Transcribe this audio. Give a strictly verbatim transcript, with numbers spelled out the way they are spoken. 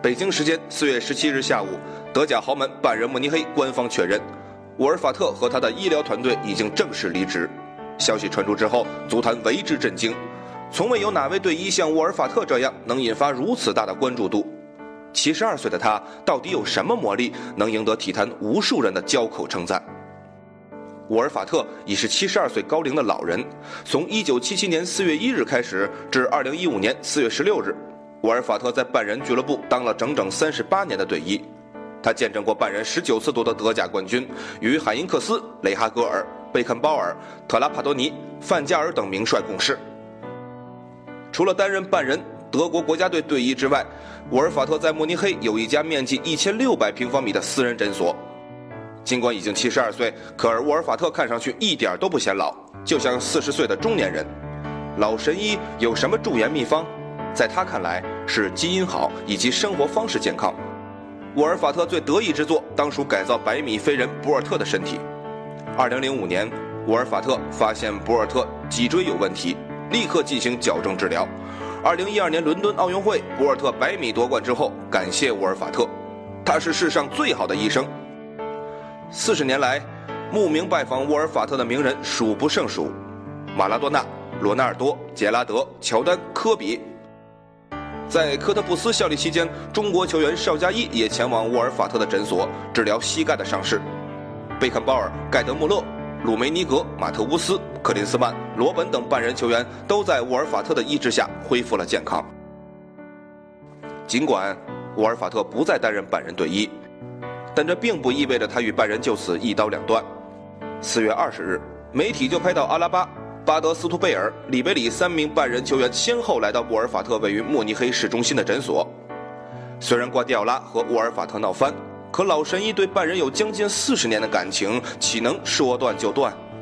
北京时间四月十七日下午，德甲豪门拜仁慕尼黑官方确认，沃尔法特和他的医疗团队已经正式离职。消息传出之后，足坛为之震惊，从未有哪位队医像沃尔法特这样能引发如此大的关注度。七十二岁的他到底有什么魔力，能赢得体坛无数人的交口称赞？沃尔法特已是七十二岁高龄的老人，从一九七七年四月一日开始至二零一五年四月十六日，沃尔法特在拜仁俱乐部当了整整三十八年的队医。他见证过拜仁十九次夺得德甲冠军，与海因克斯、雷哈格尔、贝肯鲍尔、特拉帕多尼、范加尔等名帅共事。除了担任拜仁、德国国家队队医之外，沃尔法特在慕尼黑有一家面积一千六百平方米的私人诊所。尽管已经七十二岁，可而沃尔法特看上去一点都不显老，就像四十岁的中年人。老神医有什么驻颜秘方？在他看来，是基因好以及生活方式健康。沃尔法特最得意之作当属改造百米飞人博尔特的身体。二零零五年，沃尔法特发现博尔特脊椎有问题，立刻进行矫正治疗。二零一二年伦敦奥运会，博尔特百米夺冠之后，感谢沃尔法特，他是世上最好的医生。四十年来，慕名拜访沃尔法特的名人数不胜数，马拉多纳、罗纳尔多、杰拉德、乔丹、科比。在科特布斯效力期间，中国球员邵佳一也前往沃尔法特的诊所治疗膝盖的伤势。贝肯鲍尔、盖德穆勒、鲁梅尼格、马特乌斯、克林斯曼、罗本等拜仁球员都在沃尔法特的医治下恢复了健康。尽管沃尔法特不再担任拜仁队医，但这并不意味着他与拜仁就此一刀两断。四月二十日，媒体就拍到阿拉巴、巴德斯图贝尔、里贝里三名拜仁球员先后来到沃尔法特位于慕尼黑市中心的诊所。虽然瓜迪奥拉和沃尔法特闹翻，可老神医对拜仁有将近四十年的感情，岂能说断就断？